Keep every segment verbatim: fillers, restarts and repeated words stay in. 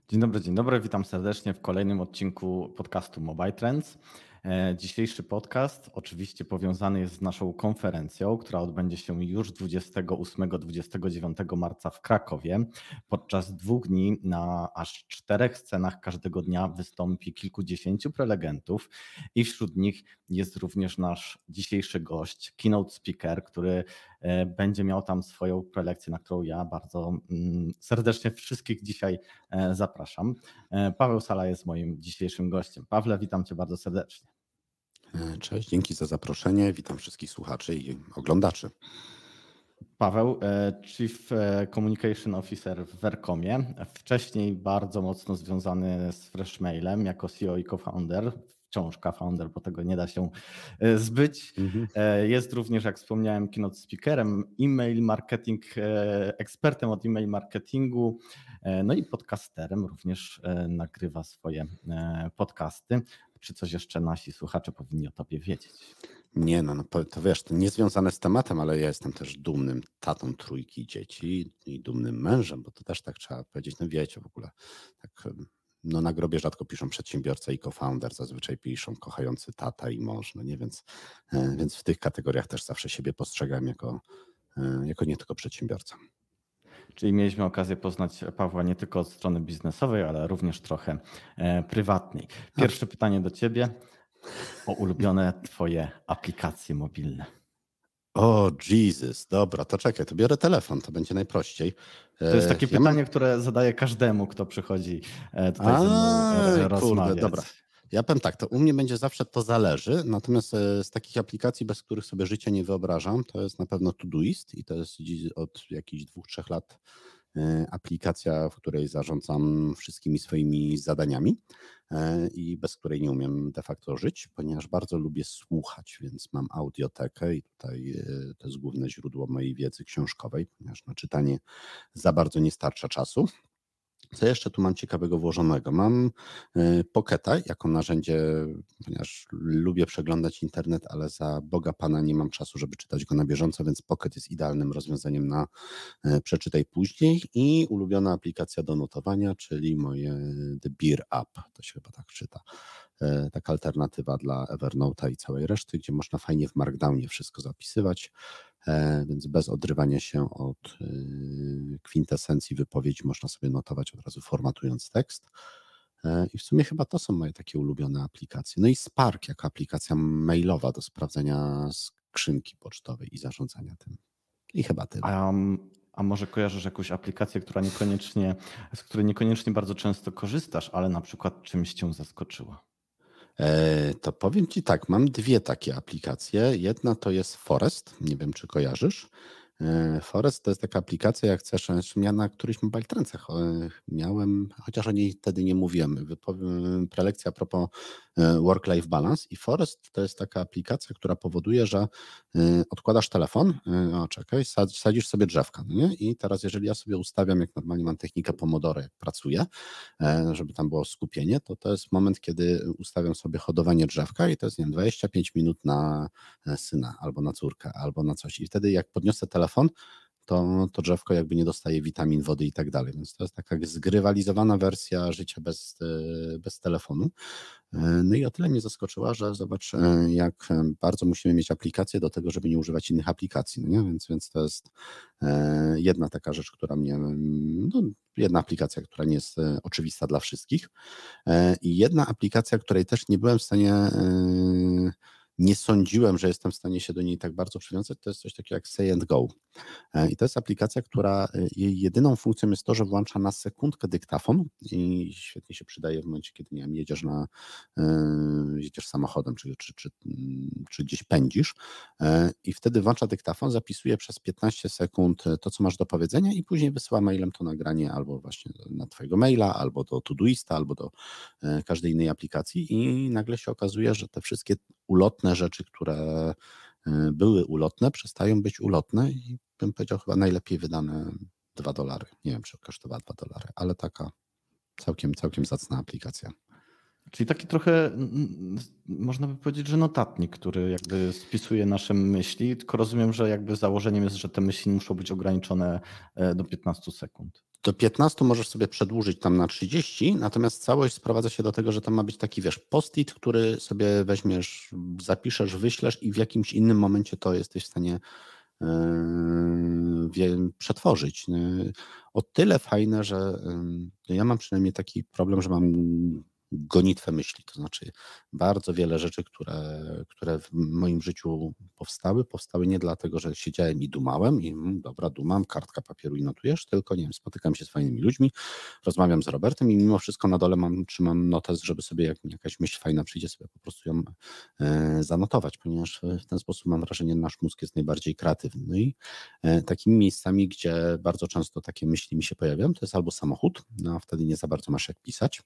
Dzień dobry, dzień dobry. Witam serdecznie w kolejnym odcinku podcastu Mobile Trends. E, Dzisiejszy podcast oczywiście powiązany jest z naszą konferencją, która odbędzie się już dwudziestego ósmego do dwudziestego dziewiątego marca w Krakowie. Podczas dwóch dni na aż czterech scenach każdego dnia wystąpi kilkudziesięciu prelegentów i wśród nich jest również nasz dzisiejszy gość, keynote speaker, który e, będzie miał tam swoją prelekcję, na którą ja bardzo mm, serdecznie wszystkich dzisiaj E, Zapraszam. E, Paweł Sala jest moim dzisiejszym gościem. Pawle, witam cię bardzo serdecznie. E, Cześć, dzięki za zaproszenie. Witam wszystkich słuchaczy i oglądaczy. Paweł, e, Chief e, Communication Officer w Vercomie, wcześniej bardzo mocno związany z Freshmailem jako C E O i co-founder, wciąż co-founder, bo tego nie da się e, zbyć. Mhm. E, Jest również, jak wspomniałem, keynote speakerem, e-mail marketing, e, ekspertem od e-mail marketingu, e, no i podcasterem, również e, nagrywa swoje e, podcasty. Czy coś jeszcze nasi słuchacze powinni o tobie wiedzieć? Nie no, no po- to wiesz, to nie związane z tematem, ale ja jestem też dumnym tatą trójki dzieci i dumnym mężem, bo to też tak trzeba powiedzieć. No wiecie w ogóle, tak em, no na grobie rzadko piszą przedsiębiorca i co-founder, zazwyczaj piszą kochający tata i mąż, no nie, więc, e, więc w tych kategoriach też zawsze siebie postrzegam jako, e, jako nie tylko przedsiębiorca. Czyli mieliśmy okazję poznać Pawła nie tylko od strony biznesowej, ale również trochę e, prywatnej. A, Pierwsze pytanie do ciebie o ulubione twoje aplikacje mobilne. o Jesus, dobra, to czekaj, to biorę telefon, to będzie najprościej. To jest E, takie Ja mam pytanie, które zadaję każdemu, kto przychodzi e, tutaj ze mną A, e, kurde, rozmawiać. dobra. Ja powiem tak, to u mnie będzie zawsze to zależy, natomiast e, z takich aplikacji, bez których sobie życia nie wyobrażam, to jest na pewno Todoist i to jest dzi- od jakichś dwóch, trzech lat e, aplikacja, w której zarządzam wszystkimi swoimi zadaniami e, i bez której nie umiem de facto żyć, ponieważ bardzo lubię słuchać, więc mam audiotekę i tutaj e, to jest główne źródło mojej wiedzy książkowej, ponieważ na czytanie za bardzo nie starcza czasu. Co jeszcze tu mam ciekawego włożonego? Mam y, Pocketa jako narzędzie, ponieważ lubię przeglądać internet, ale za Boga Pana nie mam czasu, żeby czytać go na bieżąco, więc Pocket jest idealnym rozwiązaniem na y, przeczytaj później i ulubiona aplikacja do notowania, czyli moje The Beer App, to się chyba tak czyta. Y, Taka alternatywa dla Evernote'a i całej reszty, gdzie można fajnie w Markdownie wszystko zapisywać. E, Więc bez odrywania się od y, kwintesencji wypowiedzi można sobie notować od razu formatując tekst. E, I w sumie chyba to są moje takie ulubione aplikacje. No i Spark jako aplikacja mailowa do sprawdzenia skrzynki pocztowej i zarządzania tym. I chyba tyle. A, a może kojarzysz jakąś aplikację, która niekoniecznie, z której niekoniecznie bardzo często korzystasz, ale na przykład czymś cię zaskoczyła? E, To powiem Ci tak, mam dwie takie aplikacje. Jedna to jest Forest, nie wiem czy kojarzysz. E, Forest to jest taka aplikacja, jak chcesz, zresztą ja na którychś Mobile Trendsach e, miałem, chociaż o niej wtedy nie mówiłem, wypowiem prelekcja a propos e, work-life balance i Forest to jest taka aplikacja, która powoduje, że e, odkładasz telefon, e, o czekaj, sad- sadzisz sobie drzewka, no nie? I teraz jeżeli ja sobie ustawiam, jak normalnie mam technikę Pomodoro, jak pracuję, e, żeby tam było skupienie, to to jest moment, kiedy ustawiam sobie hodowanie drzewka i to jest, nie wiem, dwadzieścia pięć minut na e, syna albo na córkę, albo na coś. I wtedy jak podniosę telefon, to, to drzewko jakby nie dostaje witamin, wody i tak dalej. Więc to jest taka zgrywalizowana wersja życia bez, e, bez telefonu. E, No i o tyle mnie zaskoczyła, że zobacz, e, jak e, bardzo musimy mieć aplikację do tego, żeby nie używać innych aplikacji. No nie? Więc, więc to jest e, jedna taka rzecz, która mnie, mm, no, jedna aplikacja, która nie jest e, oczywista dla wszystkich. E, I jedna aplikacja, której też nie byłem w stanie, e, nie sądziłem, że jestem w stanie się do niej tak bardzo przywiązać, to jest coś takiego jak Say and Go. E, I to jest aplikacja, która e, jej jedyną funkcją jest to, że włącza na sekundkę dyktafon i świetnie się przydaje w momencie, kiedy nie wiem, jedziesz, na, e, jedziesz samochodem czy, czy, czy, mm, czy gdzieś pędzisz e, i wtedy włącza dyktafon, zapisuje przez piętnaście sekund e, to, co masz do powiedzenia i później wysyła mailem to nagranie albo właśnie na twojego maila, albo do Todoista, albo do e, każdej innej aplikacji i nagle się okazuje, że te wszystkie ulotne rzeczy, które e, były ulotne, przestają być ulotne i bym powiedział chyba najlepiej wydane dwa dolary. Nie wiem, czy kosztowała dwa dolary, ale taka całkiem, całkiem zacna aplikacja. Czyli taki trochę, mm, można by powiedzieć, że notatnik, który jakby spisuje nasze myśli, tylko rozumiem, że jakby założeniem jest, że te myśli muszą być ograniczone e, do piętnastu sekund. Do piętnastu możesz sobie przedłużyć tam na trzydzieści, natomiast całość sprowadza się do tego, że tam ma być taki, wiesz, post-it, który sobie weźmiesz, zapiszesz, wyślesz i w jakimś innym momencie to jesteś w stanie yy, wie, przetworzyć. Yy, O tyle fajne, że yy, ja mam przynajmniej taki problem, że mam gonitwę myśli, to znaczy bardzo wiele rzeczy, które, które w moim życiu powstały, powstały nie dlatego, że siedziałem i dumałem i mm, dobra, dumam, kartka papieru i notujesz, tylko nie wiem, spotykam się z fajnymi ludźmi, rozmawiam z Robertem i mimo wszystko na dole mam, trzymam notes, żeby sobie jak jakaś myśl fajna przyjdzie, sobie po prostu ją e, zanotować, ponieważ w ten sposób mam wrażenie, nasz mózg jest najbardziej kreatywny. No i e, takimi miejscami, gdzie bardzo często takie myśli mi się pojawiają, to jest albo samochód, no a wtedy nie za bardzo masz jak pisać,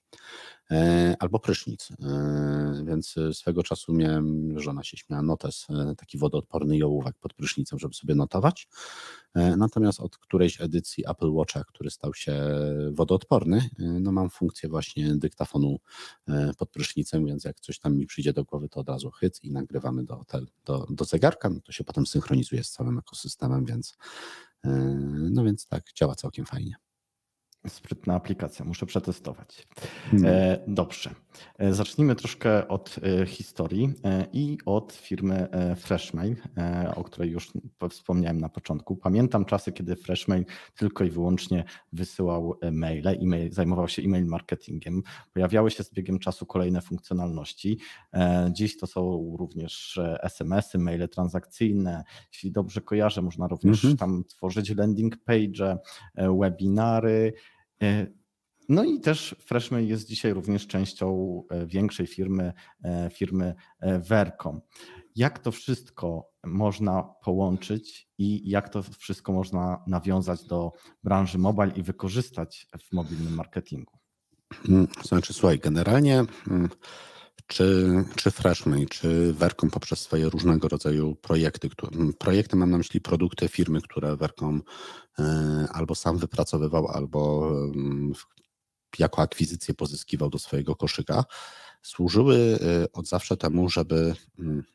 E, albo prysznic. E, Więc swego czasu miałem, żona się śmiała, notes, e, taki wodoodporny i ołówek pod prysznicem, żeby sobie notować. E, Natomiast od którejś edycji Apple Watcha, który stał się wodoodporny, e, no mam funkcję właśnie dyktafonu e, pod prysznicem, więc jak coś tam mi przyjdzie do głowy, to od razu hyc i nagrywamy do, tel- do, do zegarka, no to się potem synchronizuje z całym ekosystemem, więc e, no więc tak, działa całkiem fajnie. Sprytna aplikacja, muszę przetestować. No. E, Dobrze. E, Zacznijmy troszkę od e, historii e, i od firmy e, Freshmail, e, o której już po- wspomniałem na początku. Pamiętam czasy, kiedy Freshmail tylko i wyłącznie wysyłał e, maile, e-mail, zajmował się e-mail marketingiem. Pojawiały się z biegiem czasu kolejne funkcjonalności. E, Dziś to są również e, es em esy, maile transakcyjne. Jeśli dobrze kojarzę, można również Mhm. tam tworzyć landing page, e, webinary. E, No i też Freshmail jest dzisiaj również częścią e, większej firmy, e, firmy e, Vercom. Jak to wszystko można połączyć i jak to wszystko można nawiązać do branży mobile i wykorzystać w mobilnym marketingu? Mm, Znaczy, słuchaj, generalnie mm, czy, czy Freshmail, czy Vercom poprzez swoje różnego rodzaju projekty, które, mm, projekty mam na myśli produkty firmy, które Vercom e, albo sam wypracowywał, albo mm, w- jako akwizycję pozyskiwał do swojego koszyka, służyły e, od zawsze temu, żeby mm,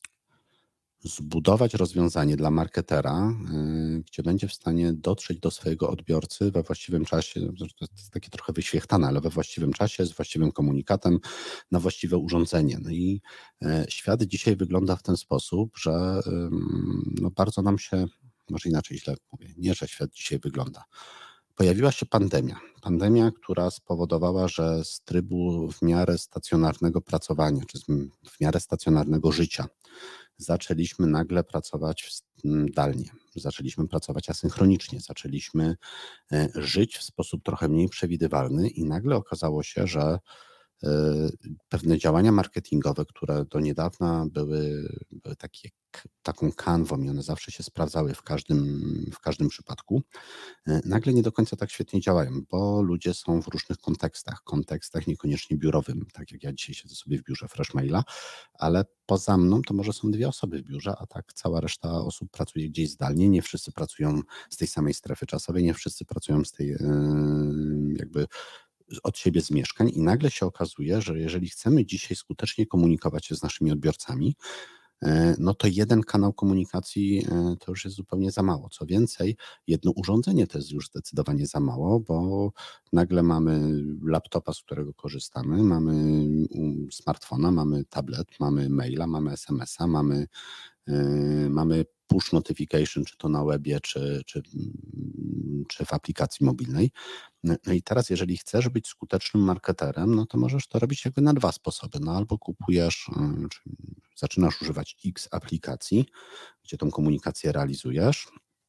zbudować rozwiązanie dla marketera, y, gdzie będzie w stanie dotrzeć do swojego odbiorcy we właściwym czasie. To jest takie trochę wyświechtane, ale we właściwym czasie, z właściwym komunikatem, na właściwe urządzenie. No i e, świat dzisiaj wygląda w ten sposób, że ym, no bardzo nam się, może inaczej źle mówię, nie, że świat dzisiaj wygląda. Pojawiła się pandemia. Pandemia, która spowodowała, że z trybu w miarę stacjonarnego pracowania, czy z- w miarę stacjonarnego życia, zaczęliśmy nagle pracować w- zdalnie, zaczęliśmy pracować asynchronicznie, zaczęliśmy e, żyć w sposób trochę mniej przewidywalny i nagle okazało się, że e, pewne działania marketingowe, które do niedawna były, były takie, taką kanwą i one zawsze się sprawdzały w każdym, w każdym przypadku, e, nagle nie do końca tak świetnie działają, bo ludzie są w różnych kontekstach, kontekstach niekoniecznie biurowym, tak jak ja dzisiaj siedzę sobie w biurze Freshmaila, ale poza mną to może są dwie osoby w biurze, a tak cała reszta osób pracuje gdzieś zdalnie, nie wszyscy pracują z tej samej strefy czasowej, nie wszyscy pracują z tej yy, jakby od siebie z mieszkań i nagle się okazuje, że jeżeli chcemy dzisiaj skutecznie komunikować się z naszymi odbiorcami, e, no to jeden kanał komunikacji e, to już jest zupełnie za mało. Co więcej, jedno urządzenie to jest już zdecydowanie za mało, bo nagle mamy laptopa, z którego korzystamy, mamy um, smartfona, mamy tablet, mamy maila, mamy es emesa, mamy, e, mamy push notification, czy to na webie, czy, czy, mm, czy w aplikacji mobilnej. No no i teraz, jeżeli chcesz być skutecznym marketerem, no to możesz to robić jakby na dwa sposoby. No albo kupujesz, y, czy zaczynasz używać X aplikacji, gdzie tą komunikację realizujesz,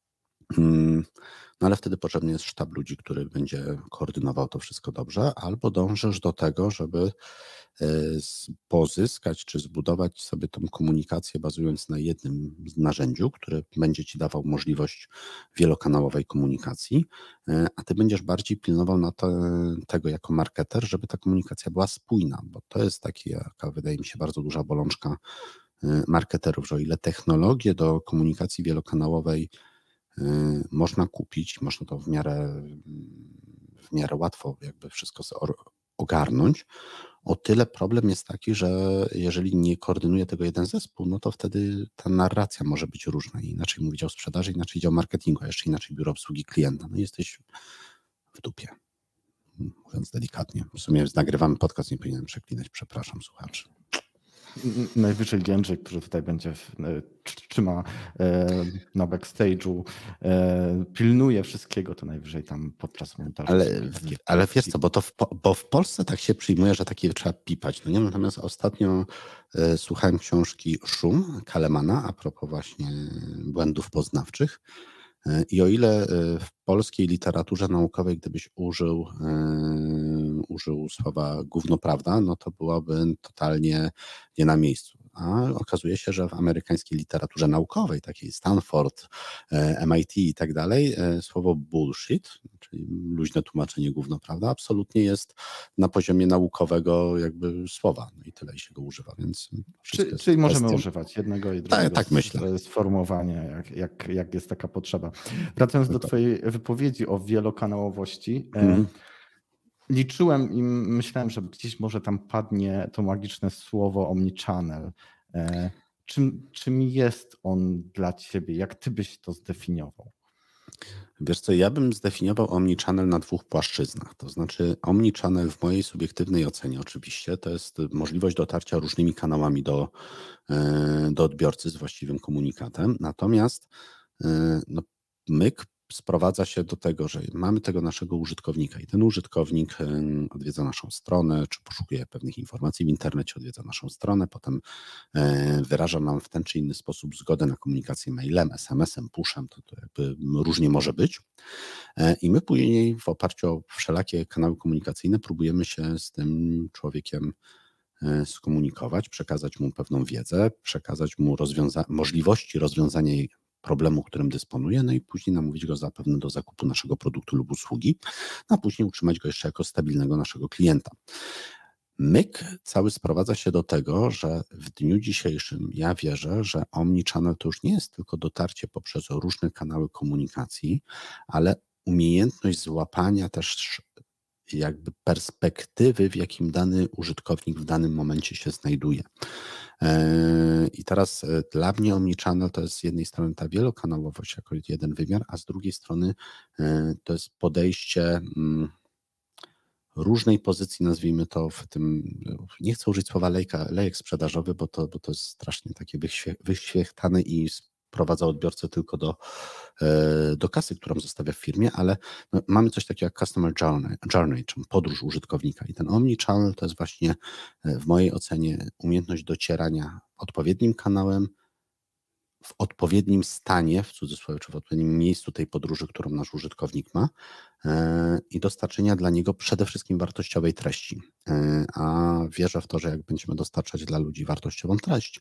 mm, no ale wtedy potrzebny jest sztab ludzi, który będzie koordynował to wszystko dobrze, albo dążysz do tego, żeby e, z- pozyskać czy zbudować sobie tą komunikację bazując na jednym z narzędziu, które będzie ci dawał możliwość wielokanałowej komunikacji, e, a ty będziesz bardziej pilnował na to, tego jako marketer, żeby ta komunikacja była spójna, bo to jest taka, wydaje mi się, bardzo duża bolączka e, marketerów, że o ile technologię do komunikacji wielokanałowej y, można kupić, można to w miarę, w miarę łatwo jakby wszystko zor- ogarnąć. O tyle problem jest taki, że jeżeli nie koordynuje tego jeden zespół, no to wtedy ta narracja może być różna. Inaczej mówi dział sprzedaży, inaczej dział marketingu, a jeszcze inaczej biuro obsługi klienta. No i jesteś w dupie. Mówiąc delikatnie. W sumie nagrywamy podcast, nie powinienem przeklinać, przepraszam słuchaczy. Najwyżej Jędrzej, który tutaj będzie trzyma na backstage'u, pilnuje wszystkiego, to najwyżej tam podczas montażu. Ale, ale wiesz co, bo, to w, bo w Polsce tak się przyjmuje, że takie trzeba pipać. No nie? Natomiast ostatnio e, słuchałem książki Szum Kalemana a propos właśnie błędów poznawczych. I o ile w polskiej literaturze naukowej, gdybyś użył, yy, użył słowa gówno prawda, no to byłoby totalnie nie na miejscu. A okazuje się, że w amerykańskiej literaturze naukowej, takiej Stanford, M I T i tak dalej, słowo bullshit, czyli luźne tłumaczenie gówno prawda, absolutnie jest na poziomie naukowego jakby słowa. No i tyle się go używa, więc Czy, Czyli możemy używać jednego i drugiego tak, tak myślę. sformułowania, jak, jak, jak jest taka potrzeba. Wracając do twojej wypowiedzi o wielokanałowości, mm. liczyłem i myślałem, że gdzieś może tam padnie to magiczne słowo omnichannel. Czym, czym jest on dla ciebie? Jak ty byś to zdefiniował? Wiesz co, ja bym zdefiniował omnichannel na dwóch płaszczyznach. To znaczy omnichannel w mojej subiektywnej ocenie oczywiście to jest możliwość dotarcia różnymi kanałami do, do odbiorcy z właściwym komunikatem. Natomiast no, myk sprowadza się do tego, że mamy tego naszego użytkownika i ten użytkownik odwiedza naszą stronę, czy poszukuje pewnych informacji w internecie, odwiedza naszą stronę, potem wyraża nam w ten czy inny sposób zgodę na komunikację mailem, es em esem, pushem, to, to jakby różnie może być. I my później w oparciu o wszelakie kanały komunikacyjne próbujemy się z tym człowiekiem skomunikować, przekazać mu pewną wiedzę, przekazać mu rozwiąza- możliwości rozwiązania jej problemu, którym dysponuje, no i później namówić go zapewne do zakupu naszego produktu lub usługi, a później utrzymać go jeszcze jako stabilnego naszego klienta. Myk cały sprowadza się do tego, że w dniu dzisiejszym ja wierzę, że omnichannel to już nie jest tylko dotarcie poprzez różne kanały komunikacji, ale umiejętność złapania też jakby perspektywy, w jakim dany użytkownik w danym momencie się znajduje. I teraz dla mnie omnichannel to jest z jednej strony ta wielokanałowość jako jeden wymiar, a z drugiej strony to jest podejście różnej pozycji, nazwijmy to w tym, nie chcę użyć słowa lejka, lejek sprzedażowy, bo to, bo to jest strasznie takie wyświechtane i sprowadza odbiorcę tylko do, do kasy, którą zostawia w firmie, ale no, mamy coś takiego jak customer journey, journey, czyli podróż użytkownika i ten omnichannel to jest właśnie w mojej ocenie umiejętność docierania odpowiednim kanałem, w odpowiednim stanie, w cudzysłowie, czy w odpowiednim miejscu tej podróży, którą nasz użytkownik ma i dostarczenia dla niego przede wszystkim wartościowej treści. A wierzę w to, że jak będziemy dostarczać dla ludzi wartościową treść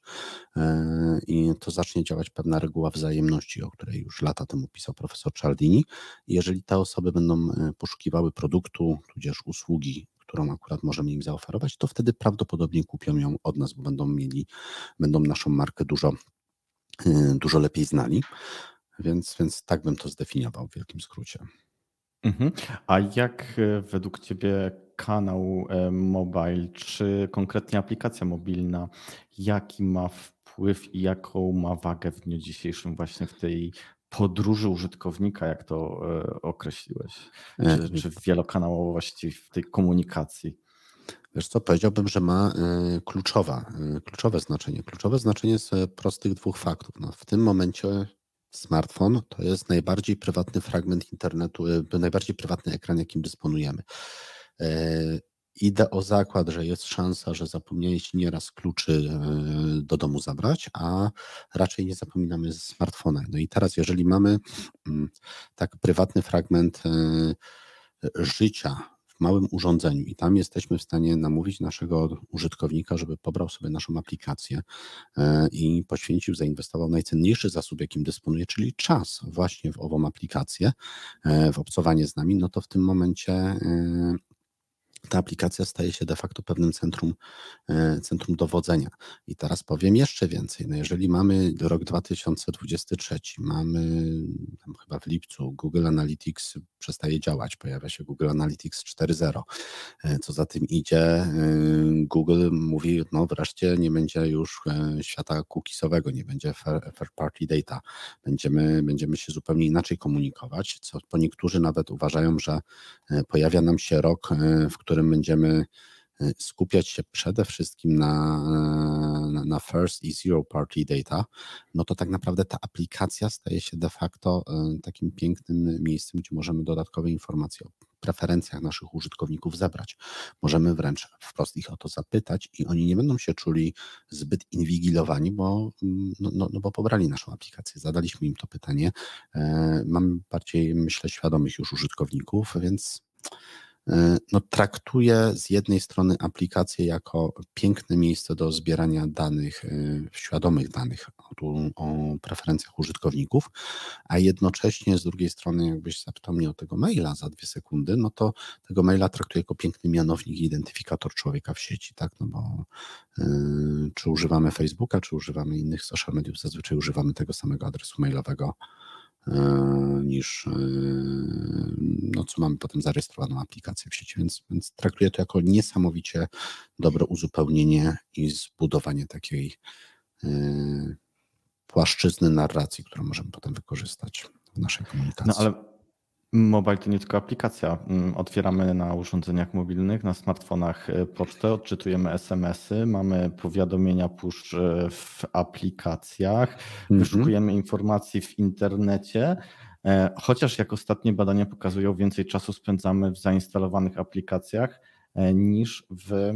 i to zacznie działać pewna reguła wzajemności, o której już lata temu pisał profesor Cialdini. Jeżeli te osoby będą poszukiwały produktu, tudzież usługi, którą akurat możemy im zaoferować, to wtedy prawdopodobnie kupią ją od nas, bo będą mieli, będą naszą markę dużo dużo lepiej znali, więc, więc tak bym to zdefiniował w wielkim skrócie. Mhm. A jak według ciebie kanał mobile, czy konkretnie aplikacja mobilna, jaki ma wpływ i jaką ma wagę w dniu dzisiejszym właśnie w tej podróży użytkownika, jak to określiłeś, czy, czy w wielokanałowości, w tej komunikacji? Wiesz co, powiedziałbym, że ma kluczowa, kluczowe znaczenie. Kluczowe znaczenie z prostych dwóch faktów. No, w tym momencie smartfon to jest najbardziej prywatny fragment internetu, najbardziej prywatny ekran, jakim dysponujemy. Idę o zakład, że jest szansa, że zapomnieliście nieraz kluczy do domu zabrać, a raczej nie zapominamy ze smartfona. No i teraz, jeżeli mamy tak prywatny fragment życia w małym urządzeniu i tam jesteśmy w stanie namówić naszego użytkownika, żeby pobrał sobie naszą aplikację i poświęcił, zainwestował najcenniejszy zasób, jakim dysponuje, czyli czas właśnie w ową aplikację, w obcowanie z nami, no to w tym momencie ta aplikacja staje się de facto pewnym centrum, centrum dowodzenia. I teraz powiem jeszcze więcej. No jeżeli mamy rok dwa tysiące dwudziesty trzeci, mamy tam chyba w lipcu Google Analytics przestaje działać, pojawia się Google Analytics cztery zero. Co za tym idzie, Google mówi, no wreszcie nie będzie już świata cookiesowego, nie będzie third party data. Będziemy, będziemy się zupełnie inaczej komunikować, co po niektórzy nawet uważają, że pojawia nam się rok, w którym będziemy skupiać się przede wszystkim na, na, na first i zero party data, no to tak naprawdę ta aplikacja staje się de facto takim pięknym miejscem, gdzie możemy dodatkowe informacje o preferencjach naszych użytkowników zebrać. Możemy wręcz wprost ich o to zapytać i oni nie będą się czuli zbyt inwigilowani, bo, no, no, no bo pobrali naszą aplikację, zadaliśmy im to pytanie. Mam bardziej, myślę, świadomych już użytkowników, więc no, traktuję z jednej strony aplikację jako piękne miejsce do zbierania danych, świadomych danych o, o preferencjach użytkowników, a jednocześnie z drugiej strony, jakbyś zapytał mnie o tego maila za dwie sekundy, no to tego maila traktuję jako piękny mianownik i identyfikator człowieka w sieci, tak, no bo yy, czy używamy Facebooka, czy używamy innych social mediów, zazwyczaj używamy tego samego adresu mailowego, niż no, co mamy potem zarejestrowaną aplikację w sieci, więc, więc traktuję to jako niesamowicie dobre uzupełnienie i zbudowanie takiej y, płaszczyzny narracji, którą możemy potem wykorzystać w naszej komunikacji. No ale mobile to nie tylko aplikacja. Otwieramy na urządzeniach mobilnych, na smartfonach pocztę, odczytujemy es em esy, mamy powiadomienia push w aplikacjach, mhm. wyszukujemy informacji w internecie, chociaż jak ostatnie badania pokazują, więcej czasu spędzamy w zainstalowanych aplikacjach niż w,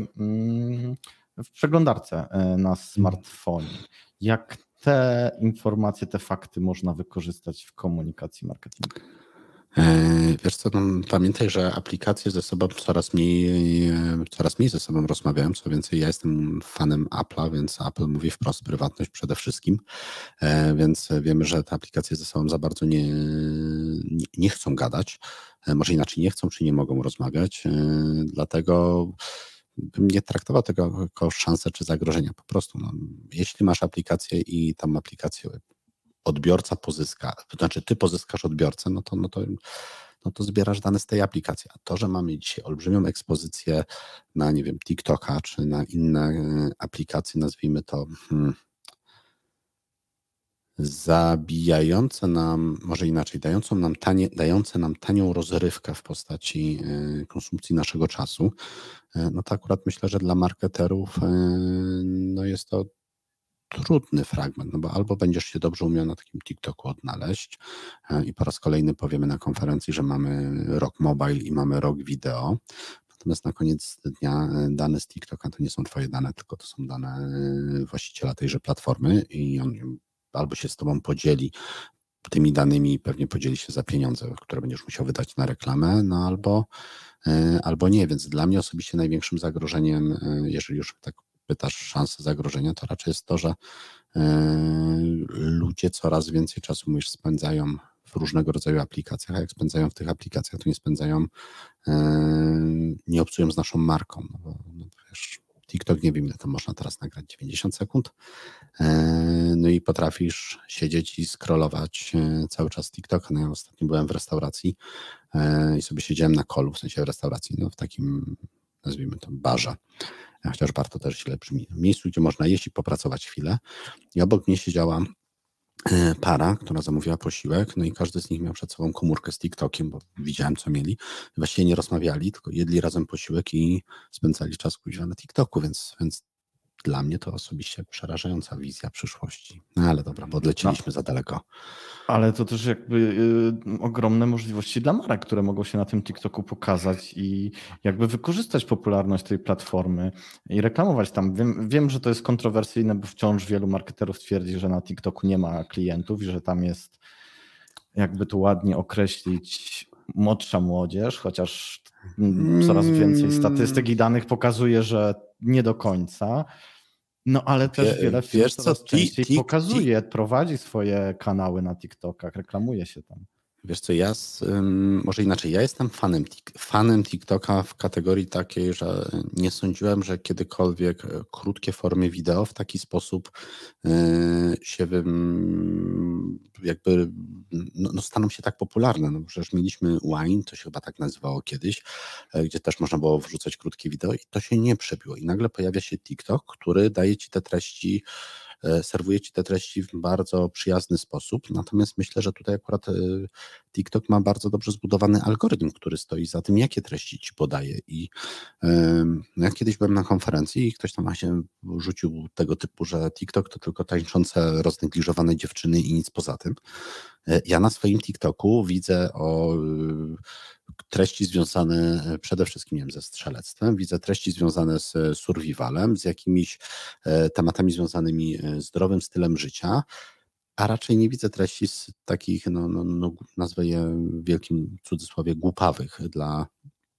w przeglądarce na smartfonie. Jak te informacje, te fakty można wykorzystać w komunikacji marketingowej? Wiesz co, no, pamiętaj, że aplikacje ze sobą coraz mniej, coraz mniej ze sobą rozmawiają. Co więcej, ja jestem fanem Apple'a, więc Apple mówi wprost prywatność przede wszystkim, więc wiemy, że te aplikacje ze sobą za bardzo nie, nie, nie chcą gadać. Może inaczej nie chcą, czy nie mogą rozmawiać. Dlatego bym nie traktował tego jako szansę czy zagrożenia. Po prostu, no, jeśli masz aplikację i tam aplikację odbiorca pozyska, to znaczy ty pozyskasz odbiorcę, no to, no to, no to zbierasz dane z tej aplikacji. A to, że mamy dzisiaj olbrzymią ekspozycję na, nie wiem, TikToka, czy na inne aplikacje, nazwijmy to hmm, zabijające nam, może inaczej, dającą nam tanie, dające nam tanią rozrywkę w postaci konsumpcji naszego czasu, no to akurat myślę, że dla marketerów no jest to trudny fragment, no bo albo będziesz się dobrze umiał na takim TikToku odnaleźć i po raz kolejny powiemy na konferencji, że mamy rok mobile i mamy rok wideo, natomiast na koniec dnia dane z TikToka to nie są twoje dane, tylko to są dane właściciela tejże platformy i on albo się z tobą podzieli tymi danymi i pewnie podzieli się za pieniądze, które będziesz musiał wydać na reklamę, no albo, albo nie, więc dla mnie osobiście największym zagrożeniem, jeżeli już tak pytasz szansę zagrożenia, to raczej jest to, że y, ludzie coraz więcej czasu mówisz, spędzają w różnego rodzaju aplikacjach, a jak spędzają w tych aplikacjach, to nie spędzają, y, nie obcują z naszą marką. No bo, no wiesz, TikTok, nie wiem ile to można teraz nagrać, dziewięćdziesiąt sekund, y, no i potrafisz siedzieć i scrollować cały czas TikToka. No ja ostatnio byłem w restauracji y, i sobie siedziałem na callu, w sensie w restauracji, no w takim, nazwijmy to, barze. Chociaż bardzo też źle brzmi. W miejscu, gdzie można jeść i popracować chwilę. I obok mnie siedziała para, która zamówiła posiłek, no i każdy z nich miał przed sobą komórkę z TikTokiem, bo widziałem, co mieli. Właściwie nie rozmawiali, tylko jedli razem posiłek i spędzali czas kuźwa na TikToku, więc, więc dla mnie to osobiście przerażająca wizja przyszłości. No ale dobra, bo odleciliśmy no. za daleko. Ale to też jakby y, ogromne możliwości dla marek, które mogą się na tym TikToku pokazać i jakby wykorzystać popularność tej platformy i reklamować tam. Wiem, wiem, że to jest kontrowersyjne, bo wciąż wielu marketerów twierdzi, że na TikToku nie ma klientów i że tam jest, jakby to ładnie określić, młodsza młodzież, chociaż coraz więcej statystyk i danych pokazuje, że nie do końca. No ale też wiele firm wiesz, coraz co, częściej tik, pokazuje, tik. prowadzi swoje kanały na TikTokach, reklamuje się tam. Wiesz co, ja z, ym, może inaczej, ja jestem fanem, Tik- fanem TikToka w kategorii takiej, że nie sądziłem, że kiedykolwiek e, krótkie formy wideo w taki sposób e, się wym, jakby no, no staną się tak popularne. No przecież mieliśmy Wine, to się chyba tak nazywało kiedyś, e, gdzie też można było wrzucać krótkie wideo i to się nie przebiło. I nagle pojawia się TikTok, który daje ci te treści, e, serwuje ci te treści w bardzo przyjazny sposób. Natomiast myślę, że tutaj akurat e, TikTok ma bardzo dobrze zbudowany algorytm, który stoi za tym, jakie treści ci podaje. I em, ja kiedyś byłem na konferencji i ktoś tam właśnie rzucił tego typu, że TikTok to tylko tańczące, roznegliżowane dziewczyny i nic poza tym. E, Ja na swoim TikToku widzę o y, treści związane e, przede wszystkim, nie wiem, ze strzelectwem, widzę treści związane z e, survivalem, z jakimiś e, tematami związanymi e, z zdrowym stylem życia, a raczej nie widzę treści z takich, no, no, no nazwę je w wielkim cudzysłowie, głupawych dla,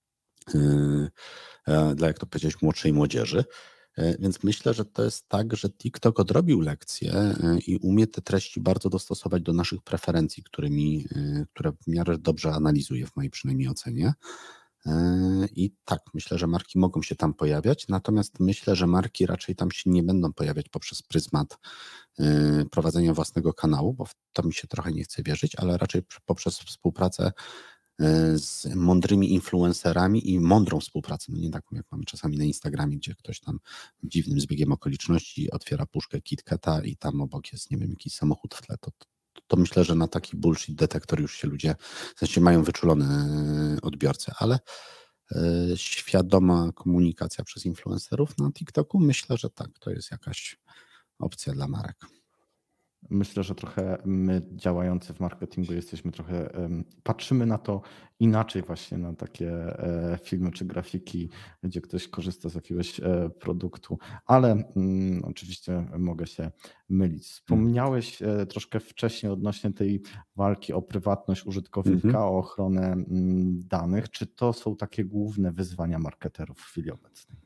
yy, e, dla, jak to powiedziałeś, młodszej młodzieży. E, Więc myślę, że to jest tak, że TikTok odrobił lekcję e, i umie te treści bardzo dostosować do naszych preferencji, którymi, e, które w miarę dobrze analizuje, w mojej przynajmniej ocenie. E, I tak, myślę, że marki mogą się tam pojawiać, natomiast myślę, że marki raczej tam się nie będą pojawiać poprzez pryzmat e, prowadzenia własnego kanału, bo w to mi się trochę nie chce wierzyć, ale raczej pr- poprzez współpracę e, z mądrymi influencerami i mądrą współpracę. No nie taką, jak mamy czasami na Instagramie, gdzie ktoś tam dziwnym zbiegiem okoliczności otwiera puszkę KitKata i tam obok jest, nie wiem, jakiś samochód w tle. To, to, to myślę, że na taki bullshit detektor już się ludzie, w sensie mają wyczulone e, odbiorcy, ale e, świadoma komunikacja przez influencerów na TikToku, myślę, że tak, to jest jakaś opcja dla marek. Myślę, że trochę my działający w marketingu jesteśmy trochę, em, patrzymy na to inaczej właśnie na takie e, filmy czy grafiki, gdzie ktoś korzysta z jakiegoś e, produktu, ale mm, oczywiście mogę się mylić. Mm. Wspomniałeś e, troszkę wcześniej odnośnie tej walki o prywatność Mhm. użytkownika, o ochronę mm, danych. Czy to są takie główne wyzwania marketerów w chwili obecnej?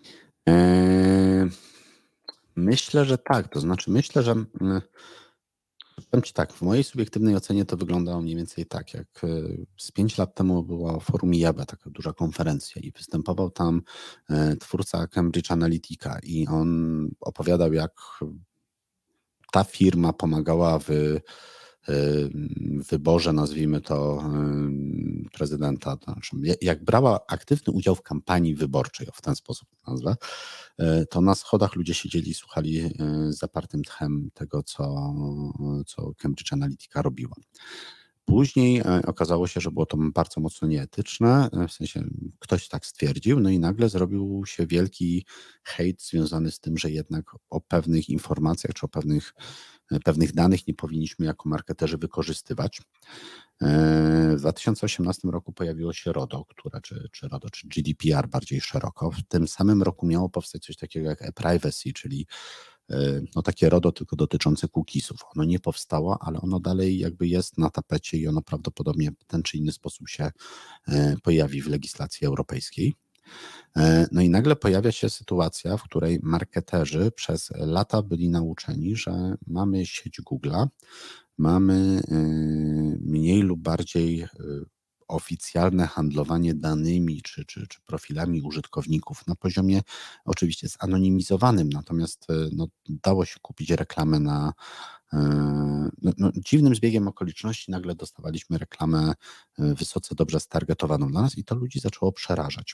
Eee, Myślę, że tak. To znaczy, myślę, że mm, powiem Ci tak, w mojej subiektywnej ocenie to wyglądało mniej więcej tak, jak e, z pięć lat temu była forum I A B E, taka duża konferencja i występował tam e, twórca Cambridge Analytica i on opowiadał, jak ta firma pomagała w y, wyborze, nazwijmy to, y, prezydenta, to znaczy, ja- jak brała aktywny udział w kampanii wyborczej, o w ten sposób to nazwę, y, to na schodach ludzie siedzieli i słuchali y, z zapartym tchem tego, co, co Cambridge Analytica robiła. Później e, okazało się, że było to bardzo mocno nieetyczne, e, w sensie ktoś tak stwierdził, no i nagle zrobił się wielki hejt związany z tym, że jednak o pewnych informacjach czy o pewnych, e, pewnych danych nie powinniśmy jako marketerzy wykorzystywać. E, W dwa tysiące osiemnastym roku pojawiło się RODO, które, czy, czy RODO, czy G D P R bardziej szeroko. W tym samym roku miało powstać coś takiego jak e-privacy, czyli e, no takie RODO tylko dotyczące cookiesów. Ono nie powstało, ale ono dalej jakby jest na tapecie i ono prawdopodobnie w ten czy inny sposób się e, pojawi w legislacji europejskiej. E, No i nagle pojawia się sytuacja, w której marketerzy przez lata byli nauczeni, że mamy sieć Google'a, mamy y, mniej lub bardziej y, oficjalne handlowanie danymi czy, czy, czy profilami użytkowników na poziomie oczywiście zanonimizowanym, natomiast y, no, dało się kupić reklamę na. y, No, no, dziwnym zbiegiem okoliczności nagle dostawaliśmy reklamę y, wysoce dobrze stargetowaną dla nas i to ludzi zaczęło przerażać.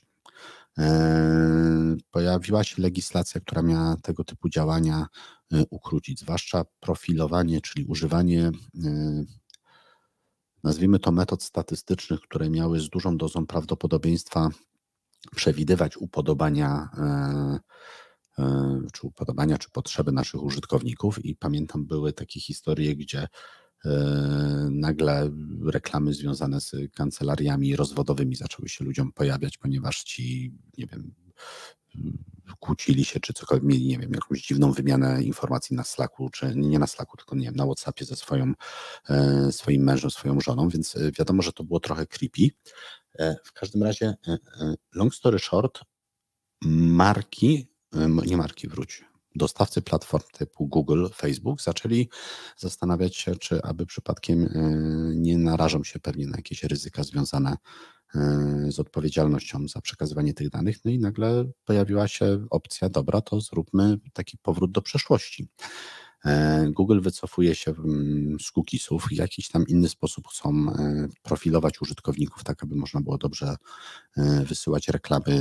E, Pojawiła się legislacja, która miała tego typu działania e, ukrócić, zwłaszcza profilowanie, czyli używanie, e, nazwijmy to, metod statystycznych, które miały z dużą dozą prawdopodobieństwa przewidywać upodobania, e, e, czy upodobania, czy potrzeby naszych użytkowników. I pamiętam, były takie historie, gdzie e, nagle reklamy związane z kancelariami rozwodowymi zaczęły się ludziom pojawiać, ponieważ ci, nie wiem, kłócili się, czy cokolwiek mieli, nie wiem, jakąś dziwną wymianę informacji na Slacku, czy nie na Slacku, tylko nie wiem, na WhatsAppie ze swoją, e, swoim mężem, swoją żoną, więc e, wiadomo, że to było trochę creepy. E, W każdym razie, e, e, long story short, marki, e, nie marki, wróć. dostawcy platform typu Google, Facebook zaczęli zastanawiać się, czy aby przypadkiem nie narażą się pewnie na jakieś ryzyka związane z odpowiedzialnością za przekazywanie tych danych. No i nagle pojawiła się opcja, dobra, to zróbmy taki powrót do przeszłości. Google wycofuje się z cookiesów, w jakiś tam inny sposób chcą profilować użytkowników, tak aby można było dobrze wysyłać reklamy,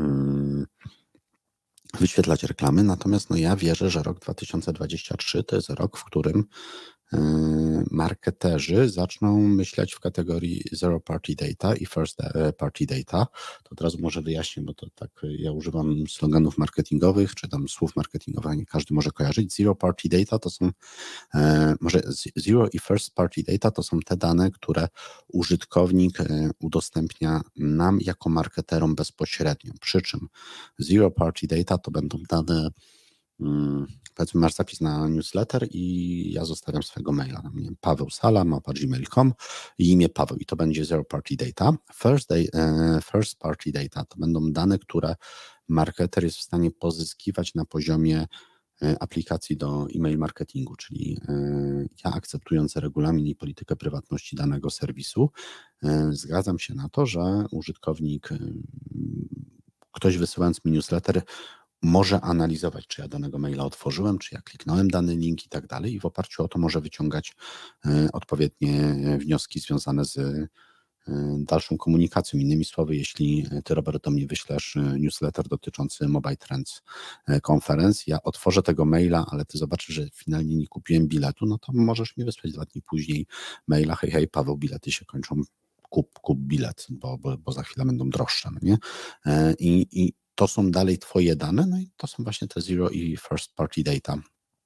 wyświetlać reklamy. Natomiast no ja wierzę, że rok dwa tysiące dwudziesty trzeci to jest rok, w którym marketerzy zaczną myśleć w kategorii zero party data i first party data. To od razu może wyjaśnię, bo to tak ja używam sloganów marketingowych, czy tam słów marketingowych, nie każdy może kojarzyć. Zero party data to są, może zero i first party data to są te dane, które użytkownik udostępnia nam jako marketerom bezpośrednio. Przy czym zero party data to będą dane, powiedzmy, masz zapis na newsletter i ja zostawiam swojego maila, nie wiem, paweł sala małpa gmail kropka com i imię Paweł i to będzie zero party data. First, day, first party data to będą dane, które marketer jest w stanie pozyskiwać na poziomie aplikacji do e-mail marketingu, czyli ja akceptując regulamin i politykę prywatności danego serwisu, zgadzam się na to, że użytkownik, ktoś wysyłając mi newsletter, może analizować, czy ja danego maila otworzyłem, czy ja kliknąłem dany link i tak dalej i w oparciu o to może wyciągać odpowiednie wnioski związane z dalszą komunikacją. Innymi słowy, jeśli ty, Robert, do mnie wyślesz newsletter dotyczący Mobile Trends Conference, ja otworzę tego maila, ale ty zobaczysz, że finalnie nie kupiłem biletu, no to możesz mi wysłać dwa dni później maila, hej, hej, Paweł, bilety się kończą, kup, kup bilet, bo, bo, bo za chwilę będą droższe, no nie? I, i to są dalej twoje dane, no i to są właśnie te zero i first party data.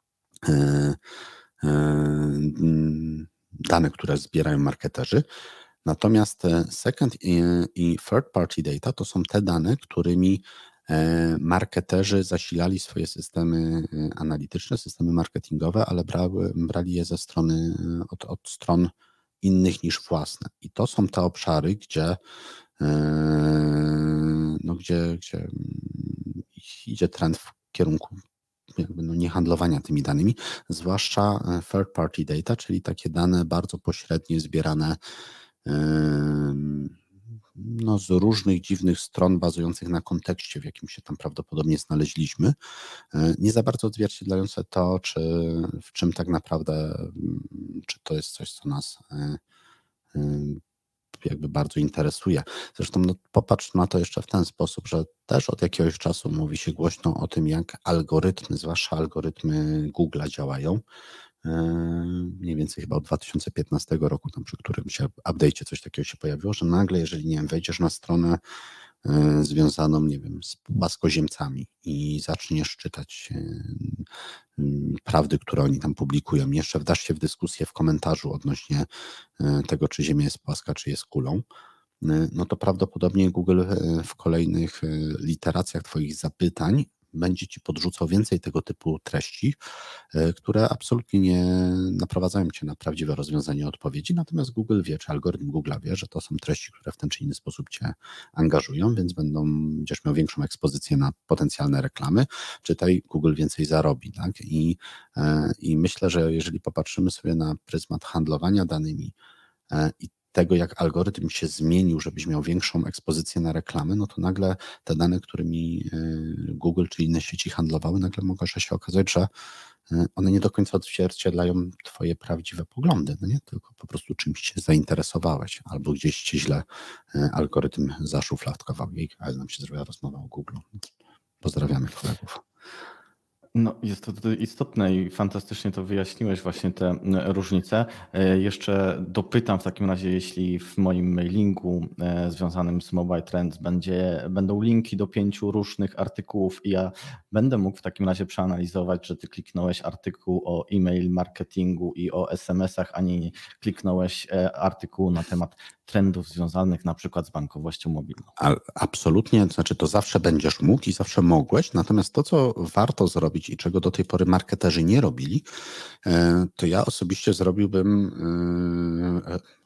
Dane, które zbierają marketerzy. Natomiast second i third party data to są te dane, którymi marketerzy zasilali swoje systemy analityczne, systemy marketingowe, ale brały, brali je ze strony, od, od stron innych niż własne. I to są te obszary, gdzie no gdzie, gdzie idzie trend w kierunku jakby no niehandlowania tymi danymi, zwłaszcza third party data, czyli takie dane bardzo pośrednie zbierane no, z różnych dziwnych stron bazujących na kontekście, w jakim się tam prawdopodobnie znaleźliśmy, nie za bardzo odzwierciedlające to, czy w czym tak naprawdę, czy to jest coś, co nas jakby bardzo interesuje. Zresztą no, popatrz na to jeszcze w ten sposób, że też od jakiegoś czasu mówi się głośno o tym, jak algorytmy, zwłaszcza algorytmy Google'a działają. Mniej więcej chyba od dwa tysiące piętnastego roku, tam przy którym się update'cie coś takiego się pojawiło, że nagle, jeżeli nie wiem, wejdziesz na stronę związaną, nie wiem, z płaskoziemcami i zaczniesz czytać prawdy, które oni tam publikują, jeszcze wdasz się w dyskusję w komentarzu odnośnie tego, czy Ziemia jest płaska, czy jest kulą, no to prawdopodobnie Google w kolejnych literacjach twoich zapytań będzie ci podrzucał więcej tego typu treści, które absolutnie nie naprowadzają cię na prawdziwe rozwiązanie odpowiedzi, natomiast Google wie, czy algorytm Google'a wie, że to są treści, które w ten czy inny sposób cię angażują, więc będą, będziesz miał większą ekspozycję na potencjalne reklamy, czytaj, Google więcej zarobi, tak? I, i myślę, że jeżeli popatrzymy sobie na pryzmat handlowania danymi i tego, jak algorytm się zmienił, żebyś miał większą ekspozycję na reklamy, no to nagle te dane, którymi Google czy inne sieci handlowały, nagle mogło się okazać, że one nie do końca odzwierciedlają twoje prawdziwe poglądy, no nie? Tylko po prostu czymś się zainteresowałeś, albo gdzieś ci źle algorytm zaszufladkował. Jej, ale nam się zrobiła rozmowa o Google. Pozdrawiamy kolegów. No, jest to istotne i fantastycznie to wyjaśniłeś, właśnie te różnice. Jeszcze dopytam w takim razie, jeśli w moim mailingu związanym z Mobile Trends będzie, będą linki do pięciu różnych artykułów i ja będę mógł w takim razie przeanalizować, że ty kliknąłeś artykuł o e-mail marketingu i o es em esach, a nie kliknąłeś artykułu na temat trendów związanych na przykład z bankowością mobilną. A, absolutnie, to znaczy to zawsze będziesz mógł i zawsze mogłeś, natomiast to, co warto zrobić i czego do tej pory marketerzy nie robili, to ja osobiście zrobiłbym w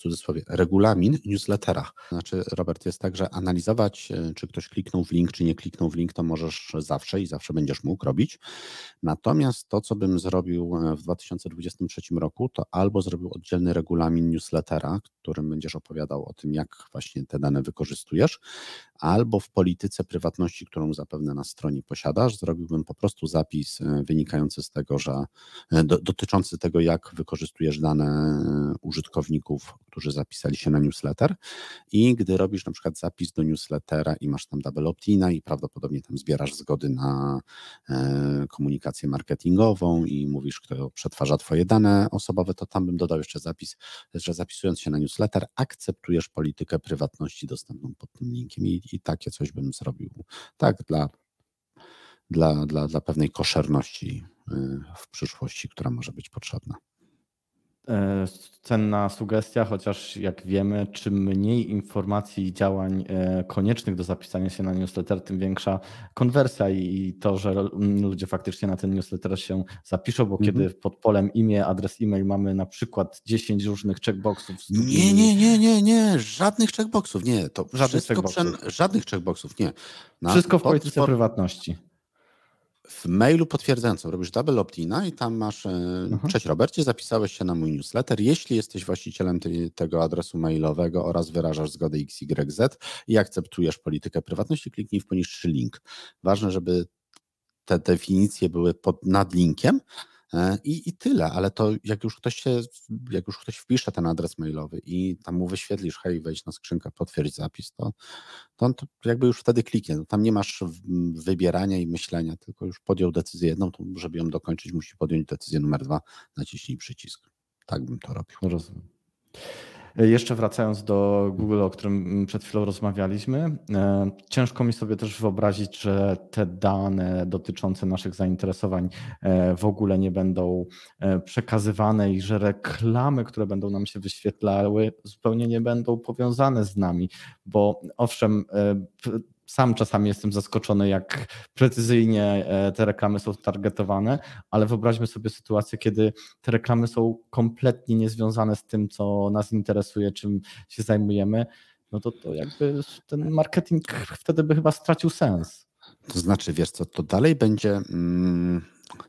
cudzysłowie, regulamin newslettera. Znaczy, Robert, jest tak, że analizować, czy ktoś kliknął w link, czy nie kliknął w link, to możesz zawsze i zawsze będziesz mógł robić. Natomiast to, co bym zrobił w dwa tysiące dwudziestym trzecim roku, to albo zrobił oddzielny regulamin newslettera, w którym będziesz opowiadał o tym, jak właśnie te dane wykorzystujesz, albo w polityce prywatności, którą zapewne na stronie posiadasz, zrobiłbym po prostu zapis wynikający z tego, że do, dotyczący tego, jak wykorzystujesz dane użytkowników, którzy zapisali się na newsletter, i gdy robisz na przykład zapis do newslettera i masz tam double opt-ina i prawdopodobnie tam zbierasz zgody na e, komunikację marketingową i mówisz, kto przetwarza twoje dane osobowe, to tam bym dodał jeszcze zapis, że zapisując się na newsletter akceptujesz politykę prywatności dostępną pod tym linkiem i, i takie coś bym zrobił. Tak, dla, dla, dla, dla pewnej koszerności w przyszłości, która może być potrzebna. Cenna sugestia, chociaż jak wiemy, czym mniej informacji i działań koniecznych do zapisania się na newsletter, tym większa konwersja i to, że ludzie faktycznie na ten newsletter się zapiszą, bo mhm. kiedy pod polem imię, adres e-mail mamy na przykład dziesięć różnych checkboxów. Nie, nie, nie, nie, nie, żadnych checkboxów, nie. To żadnych checkboxów. Prze... Żadnych checkboxów, nie. Na, wszystko w polityce pod... prywatności. W mailu potwierdzającym robisz double opt-ina i tam masz, mhm. cześć Robercie, zapisałeś się na mój newsletter. Jeśli jesteś właścicielem tej, tego adresu mailowego oraz wyrażasz zgodę X Y Z i akceptujesz politykę prywatności, kliknij w poniższy link. Ważne, żeby te definicje były pod, nad linkiem i, i tyle, ale to jak już ktoś się, jak już ktoś wpisze ten adres mailowy i tam mu wyświetlisz, hej, wejdź na skrzynkę, potwierdź zapis, to, to on to jakby już wtedy kliknie. No tam nie masz wybierania i myślenia, tylko już podjął decyzję jedną, to żeby ją dokończyć, musi podjąć decyzję numer dwa, naciśnij przycisk. Tak bym to robił. Rozumiem. Jeszcze wracając do Google, o którym przed chwilą rozmawialiśmy, ciężko mi sobie też wyobrazić, że te dane dotyczące naszych zainteresowań w ogóle nie będą przekazywane i że reklamy, które będą nam się wyświetlały, zupełnie nie będą powiązane z nami, bo owszem, sam czasami jestem zaskoczony, jak precyzyjnie te reklamy są targetowane, ale wyobraźmy sobie sytuację, kiedy te reklamy są kompletnie niezwiązane z tym, co nas interesuje, czym się zajmujemy, no to, to jakby ten marketing wtedy by chyba stracił sens. To znaczy, wiesz co, to dalej będzie... Mm...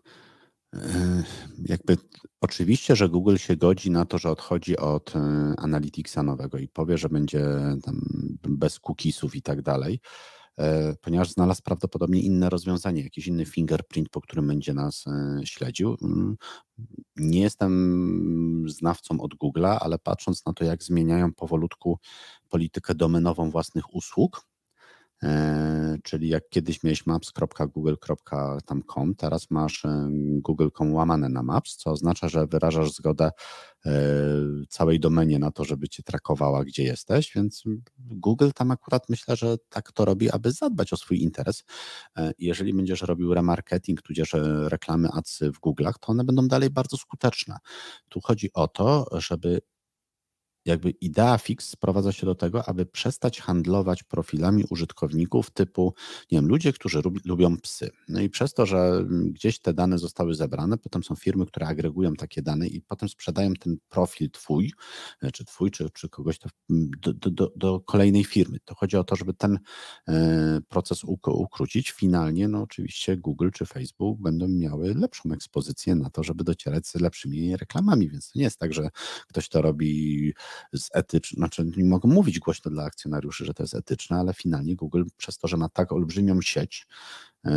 Jakby oczywiście, że Google się godzi na to, że odchodzi od Analyticsa nowego i powie, że będzie tam bez cookiesów i tak dalej, ponieważ znalazł prawdopodobnie inne rozwiązanie, jakiś inny fingerprint, po którym będzie nas śledził. Nie jestem znawcą od Google'a, ale patrząc na to, jak zmieniają powolutku politykę domenową własnych usług, czyli jak kiedyś miałeś maps kropka google kropka com, teraz masz google kropka com łamane na maps, co oznacza, że wyrażasz zgodę całej domenie na to, żeby cię trakowała, gdzie jesteś, więc Google tam akurat myślę, że tak to robi, aby zadbać o swój interes. Jeżeli będziesz robił remarketing, tudzież reklamy adsy w Google'ach, to one będą dalej bardzo skuteczne. Tu chodzi o to, żeby jakby idea fix sprowadza się do tego, aby przestać handlować profilami użytkowników typu, nie wiem, ludzie, którzy lubi, lubią psy. No i przez to, że gdzieś te dane zostały zebrane, potem są firmy, które agregują takie dane i potem sprzedają ten profil twój, czy twój, czy, czy kogoś to do, do, do kolejnej firmy. To chodzi o to, żeby ten e, proces uk- ukrócić. Finalnie, no oczywiście Google czy Facebook będą miały lepszą ekspozycję na to, żeby docierać z lepszymi reklamami, więc to nie jest tak, że ktoś to robi z etycz, znaczy nie mogą mówić głośno dla akcjonariuszy, że to jest etyczne, ale finalnie Google przez to, że ma tak olbrzymią sieć yy,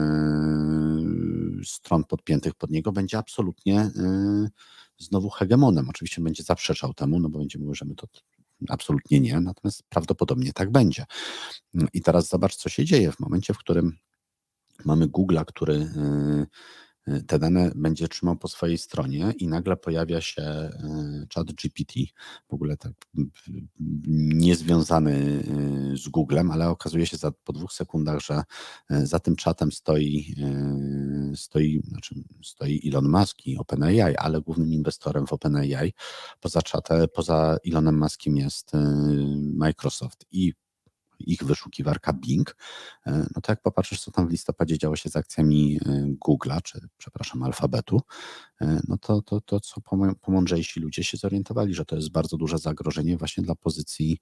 stron podpiętych pod niego, będzie absolutnie yy, znowu hegemonem. Oczywiście będzie zaprzeczał temu, no bo będzie mówił, że my to absolutnie nie, natomiast prawdopodobnie tak będzie. I teraz zobacz, co się dzieje w momencie, w którym mamy Google'a, który yy, te dane będzie trzymał po swojej stronie i nagle pojawia się chat G P T, w ogóle tak niezwiązany z Googlem, ale okazuje się za, po dwóch sekundach, że za tym czatem stoi, stoi, znaczy stoi Elon Musk i OpenAI, ale głównym inwestorem w OpenAI poza czatem, poza Elonem Muskiem jest Microsoft i ich wyszukiwarka Bing, no to jak popatrzysz, co tam w listopadzie działo się z akcjami Google'a, czy przepraszam, Alfabetu, no to, to, to co pomądrzejsi ludzie się zorientowali, że to jest bardzo duże zagrożenie właśnie dla pozycji,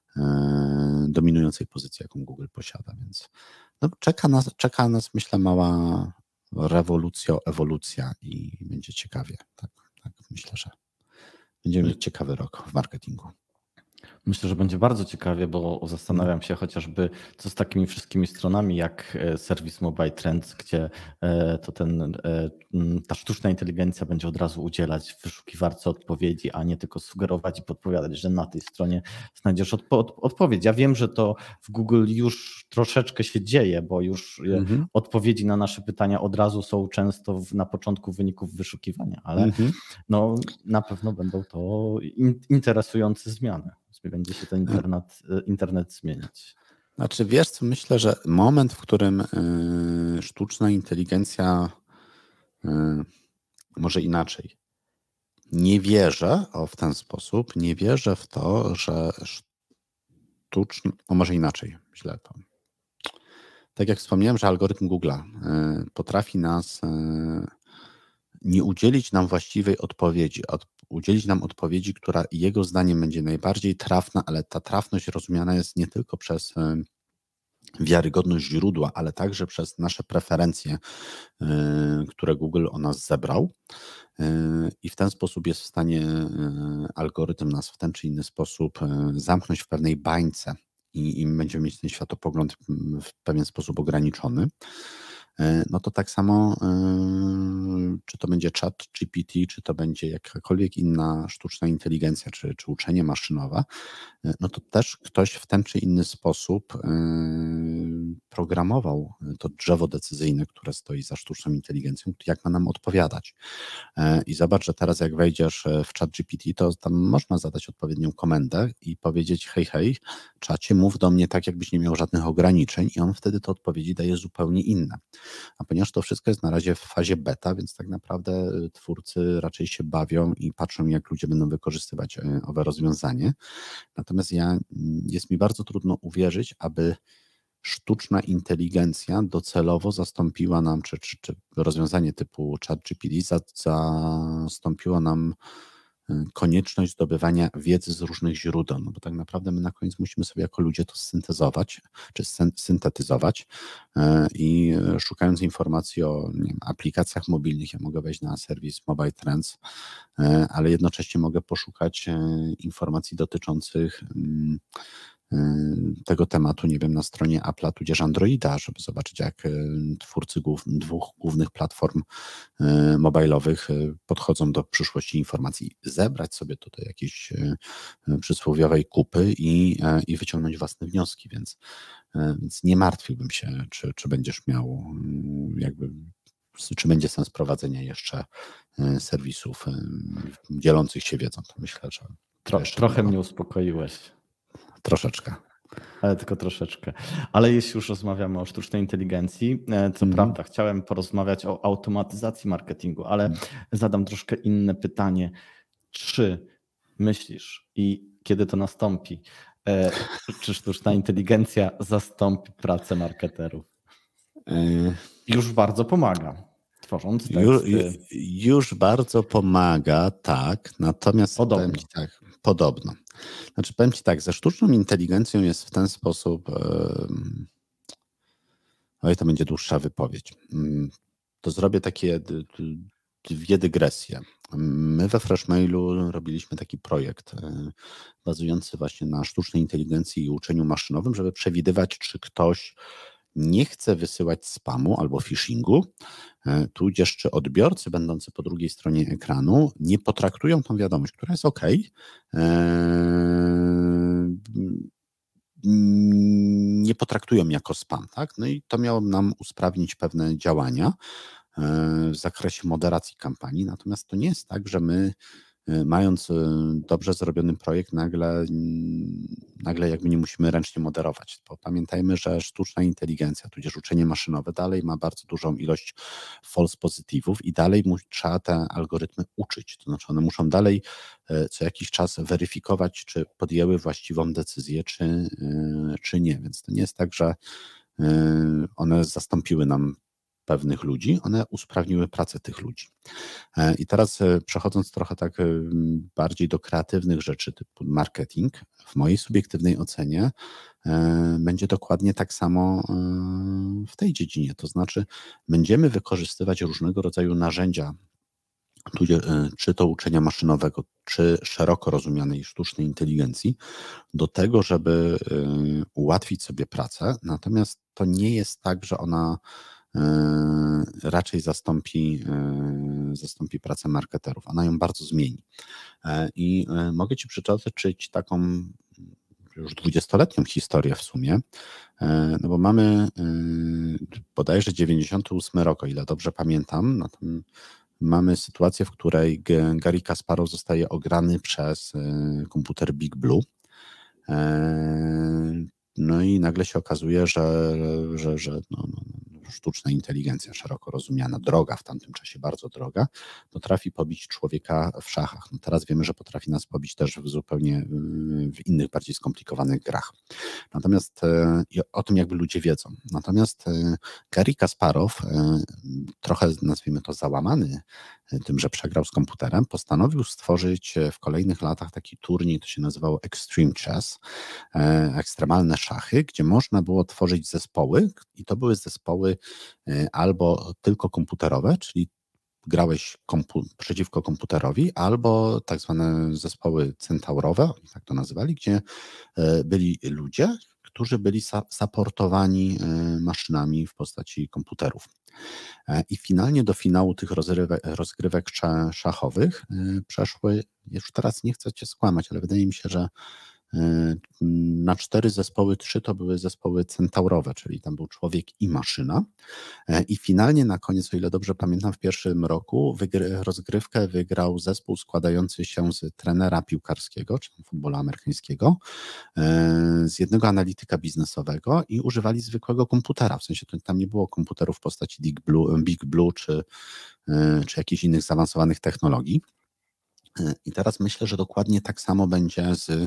dominującej pozycji, jaką Google posiada, więc no, czeka nas, czeka nas, myślę, mała rewolucja, ewolucja i będzie ciekawie. Tak, tak myślę, że będziemy mieć ciekawy rok w marketingu. Myślę, że będzie bardzo ciekawie, bo zastanawiam się chociażby, co z takimi wszystkimi stronami jak serwis Mobile Trends, gdzie to ten, ta sztuczna inteligencja będzie od razu udzielać w wyszukiwarce odpowiedzi, a nie tylko sugerować i podpowiadać, że na tej stronie znajdziesz odpo- odpowiedź. Ja wiem, że to w Google już troszeczkę się dzieje, bo już mhm. odpowiedzi na nasze pytania od razu są często w, na początku wyników wyszukiwania, ale mhm. no, na pewno będą to in, interesujące zmiany. Będzie się ten internet, internet zmieniać. Znaczy wiesz co, myślę, że moment, w którym y, sztuczna inteligencja, y, może inaczej, nie wierzę, o w ten sposób, nie wierzę w to, że sztuczna, o może inaczej, źle to. Tak jak wspomniałem, że algorytm Google'a y, potrafi nas y, nie udzielić nam właściwej odpowiedzi, od, udzielić nam odpowiedzi, która jego zdaniem będzie najbardziej trafna, ale ta trafność rozumiana jest nie tylko przez y, wiarygodność źródła, ale także przez nasze preferencje, y, które Google o nas zebrał. Y, I w ten sposób jest w stanie y, algorytm nas w ten czy inny sposób y, zamknąć w pewnej bańce i, i będziemy mieć ten światopogląd w pewien sposób ograniczony. No to tak samo, czy to będzie chat G P T, czy to będzie jakakolwiek inna sztuczna inteligencja, czy, czy uczenie maszynowe, no to też ktoś w ten czy inny sposób programował to drzewo decyzyjne, które stoi za sztuczną inteligencją, jak ma nam odpowiadać. I zobacz, że teraz jak wejdziesz w chat G P T, to tam można zadać odpowiednią komendę i powiedzieć: hej, hej, czacie, mów do mnie tak, jakbyś nie miał żadnych ograniczeń, i on wtedy te odpowiedzi daje zupełnie inne. A ponieważ to wszystko jest na razie w fazie beta, więc tak naprawdę twórcy raczej się bawią i patrzą, jak ludzie będą wykorzystywać owe rozwiązanie. Natomiast ja, jest mi bardzo trudno uwierzyć, aby sztuczna inteligencja docelowo zastąpiła nam, czy, czy, czy rozwiązanie typu ChatGPT za, zastąpiło nam konieczność zdobywania wiedzy z różnych źródeł, no bo tak naprawdę my na koniec musimy sobie jako ludzie to syntezować, czy syntetyzować i szukając informacji o, nie wiem, aplikacjach mobilnych, ja mogę wejść na serwis Mobile Trends, ale jednocześnie mogę poszukać informacji dotyczących tego tematu, nie wiem, na stronie Apple'a tudzież Androida, żeby zobaczyć, jak twórcy głów, dwóch głównych platform mobilowych podchodzą do przyszłości informacji. Zebrać sobie tutaj jakieś przysłowiowej kupy i, i wyciągnąć własne wnioski, więc, więc nie martwiłbym się, czy, czy będziesz miał jakby, czy będzie sens prowadzenia jeszcze serwisów dzielących się wiedzą. To myślę, że Tro, trochę mnie uspokoiłeś. Troszeczkę. Ale tylko troszeczkę. Ale jeśli już rozmawiamy o sztucznej inteligencji, co mm. prawda chciałem porozmawiać o automatyzacji marketingu, ale mm. zadam troszkę inne pytanie. Czy myślisz i kiedy to nastąpi, czy sztuczna inteligencja zastąpi pracę marketerów? Y- już bardzo pomaga, tworząc teksty. Już, już bardzo pomaga, tak, natomiast podobno. powiem ci tak, podobno. Znaczy powiem ci tak, ze sztuczną inteligencją jest w ten sposób, yy, oj, to będzie dłuższa wypowiedź, yy, to zrobię takie dwie dygresje. My we Freshmailu robiliśmy taki projekt yy, bazujący właśnie na sztucznej inteligencji i uczeniu maszynowym, żeby przewidywać, czy ktoś nie chce wysyłać spamu albo phishingu, tudzież czy odbiorcy będący po drugiej stronie ekranu nie potraktują tą wiadomość, która jest OK, nie potraktują jako spam, tak? No i to miało nam usprawnić pewne działania w zakresie moderacji kampanii, natomiast to nie jest tak, że my mając dobrze zrobiony projekt, nagle, nagle jakby nie musimy ręcznie moderować. Bo pamiętajmy, że sztuczna inteligencja, tudzież uczenie maszynowe dalej ma bardzo dużą ilość false pozytywów i dalej mu, trzeba te algorytmy uczyć. To znaczy one muszą dalej co jakiś czas weryfikować, czy podjęły właściwą decyzję, czy, czy nie. Więc to nie jest tak, że one zastąpiły nam pewnych ludzi, one usprawniły pracę tych ludzi. I teraz przechodząc trochę tak bardziej do kreatywnych rzeczy typu marketing, w mojej subiektywnej ocenie będzie dokładnie tak samo w tej dziedzinie. To znaczy będziemy wykorzystywać różnego rodzaju narzędzia, czy to uczenia maszynowego, czy szeroko rozumianej sztucznej inteligencji, do tego, żeby ułatwić sobie pracę. Natomiast to nie jest tak, że ona raczej zastąpi, zastąpi pracę marketerów. Ona ją bardzo zmieni. I mogę Ci przytoczyć taką już dwudziestoletnią historię w sumie, no bo mamy bodajże dziewięćdziesiąty ósmy rok, o ile dobrze pamiętam, no to mamy sytuację, w której Garry Kasparow zostaje ograny przez komputer Big Blue. No i nagle się okazuje, że, że, że no, no, sztuczna inteligencja szeroko rozumiana, droga w tamtym czasie, bardzo droga, potrafi pobić człowieka w szachach. No teraz wiemy, że potrafi nas pobić też w zupełnie w innych, bardziej skomplikowanych grach. Natomiast o tym jakby ludzie wiedzą. Natomiast Garry Kasparow, trochę nazwijmy to załamany tym, że przegrał z komputerem, postanowił stworzyć w kolejnych latach taki turniej, to się nazywało Extreme Chess, ekstremalne szachy, gdzie można było tworzyć zespoły i to były zespoły albo tylko komputerowe, czyli grałeś kompu- przeciwko komputerowi, albo tak zwane zespoły centaurowe, tak to nazywali, gdzie byli ludzie, którzy byli supportowani maszynami w postaci komputerów. I finalnie do finału tych rozrywek, rozgrywek szachowych przeszły, już teraz nie chcę Cię skłamać, ale wydaje mi się, że na cztery zespoły, trzy to były zespoły centaurowe, czyli tam był człowiek i maszyna. I finalnie na koniec, o ile dobrze pamiętam, w pierwszym roku wygry, rozgrywkę wygrał zespół składający się z trenera piłkarskiego, czy futbolu amerykańskiego, z jednego analityka biznesowego i używali zwykłego komputera. W sensie to tam nie było komputerów w postaci Big Blue, Big Blue czy, czy jakichś innych zaawansowanych technologii. I teraz myślę, że dokładnie tak samo będzie z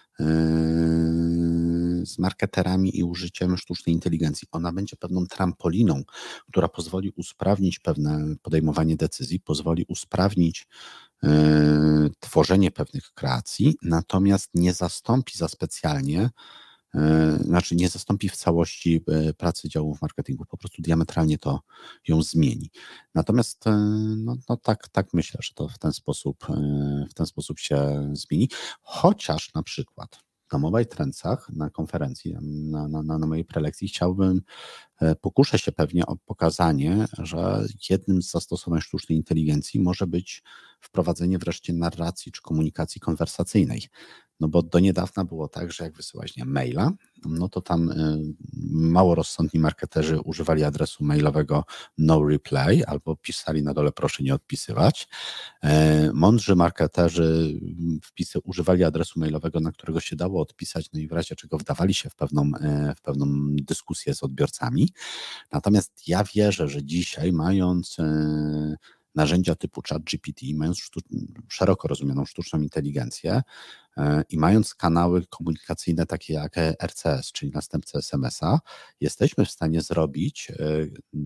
z marketerami i użyciem sztucznej inteligencji. Ona będzie pewną trampoliną, która pozwoli usprawnić pewne podejmowanie decyzji, pozwoli usprawnić yy, tworzenie pewnych kreacji, natomiast nie zastąpi za specjalnie, yy, znaczy nie zastąpi w całości yy, pracy działów marketingu, po prostu diametralnie to ją zmieni. Natomiast yy, no, no tak, tak myślę, że to w ten sposób, yy, w ten sposób się zmieni, chociaż na przykład na Mobile Trendsach, na konferencji, na, na, na mojej prelekcji chciałbym, pokuszę się pewnie o pokazanie, że jednym z zastosowań sztucznej inteligencji może być wprowadzenie wreszcie narracji czy komunikacji konwersacyjnej. No bo do niedawna było tak, że jak wysyłać nie, maila, no to tam y, mało rozsądni marketerzy używali adresu mailowego no reply albo pisali na dole proszę nie odpisywać. E, mądrzy marketerzy wpisy, używali adresu mailowego, na którego się dało odpisać, no i w razie czego wdawali się w pewną, e, w pewną dyskusję z odbiorcami. Natomiast ja wierzę, że dzisiaj mając e, narzędzia typu ChatGPT, mając sztu- szeroko rozumianą sztuczną inteligencję e, i mając kanały komunikacyjne takie jak R C S, czyli następcę S M S-a, jesteśmy w stanie zrobić, e,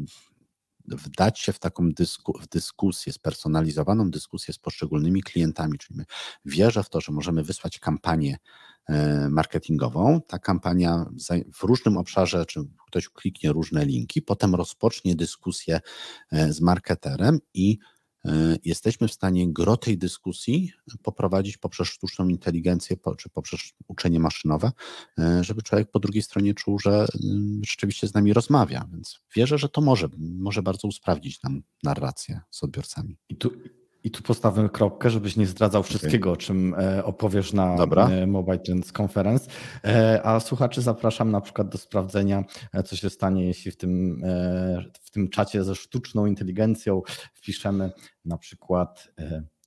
wdać się w taką dysku, w dyskusję, spersonalizowaną dyskusję z poszczególnymi klientami, czyli my wierzę w to, że możemy wysłać kampanię e, marketingową. Ta kampania w różnym obszarze, czy ktoś kliknie różne linki, potem rozpocznie dyskusję e, z marketerem i jesteśmy w stanie gro tej dyskusji poprowadzić poprzez sztuczną inteligencję czy poprzez uczenie maszynowe, żeby człowiek po drugiej stronie czuł, że rzeczywiście z nami rozmawia. Więc wierzę, że to może, może bardzo usprawnić nam narrację z odbiorcami. I tu, i tu postawmy kropkę, żebyś nie zdradzał wszystkiego, okay. o czym opowiesz na Dobra. Mobile Trends Conference. A słuchaczy zapraszam na przykład do sprawdzenia, co się stanie, jeśli w tym, w tym czacie ze sztuczną inteligencją wpiszemy na przykład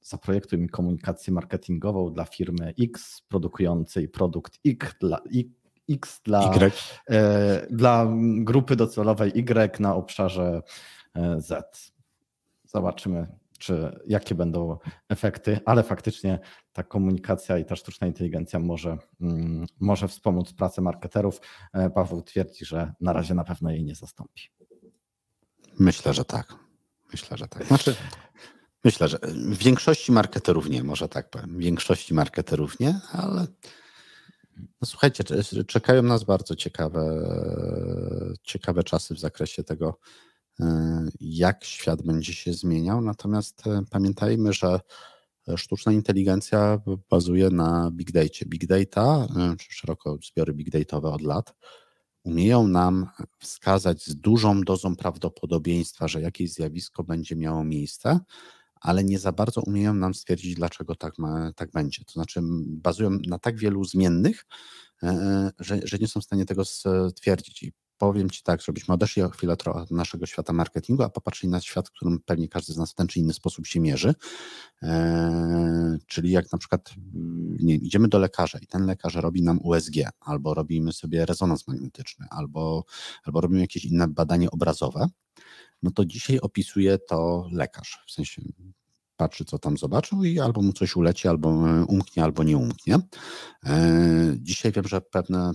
zaprojektuj mi komunikację marketingową dla firmy X produkującej produkt X dla X dla, y. dla grupy docelowej Y na obszarze Z. Zobaczymy, czy jakie będą efekty, ale faktycznie ta komunikacja i ta sztuczna inteligencja może, może wspomóc pracę marketerów. Paweł twierdzi, że na razie na pewno jej nie zastąpi. Myślę, że tak. Myślę, że tak. Znaczy, myślę, że w większości marketerów nie, może tak powiem. W większości marketerów nie, ale no słuchajcie, czekają nas bardzo ciekawe, ciekawe czasy w zakresie tego, jak świat będzie się zmieniał. Natomiast pamiętajmy, że sztuczna inteligencja bazuje na big data. Big data, czy szeroko zbiory big dataowe od lat, umieją nam wskazać z dużą dozą prawdopodobieństwa, że jakieś zjawisko będzie miało miejsce, ale nie za bardzo umieją nam stwierdzić, dlaczego tak, ma, tak będzie. To znaczy bazują na tak wielu zmiennych, że, że nie są w stanie tego stwierdzić. I powiem Ci tak, żebyśmy odeszli o chwilę od naszego świata marketingu, a popatrzyli na świat, w którym pewnie każdy z nas w ten czy inny sposób się mierzy. Eee, czyli jak na przykład nie, idziemy do lekarza i ten lekarz robi nam U S G, albo robimy sobie rezonans magnetyczny, albo, albo robimy jakieś inne badanie obrazowe, no to dzisiaj opisuje to lekarz. W sensie patrzy, co tam zobaczył i albo mu coś uleci, albo umknie, albo nie umknie. Dzisiaj wiem, że pewne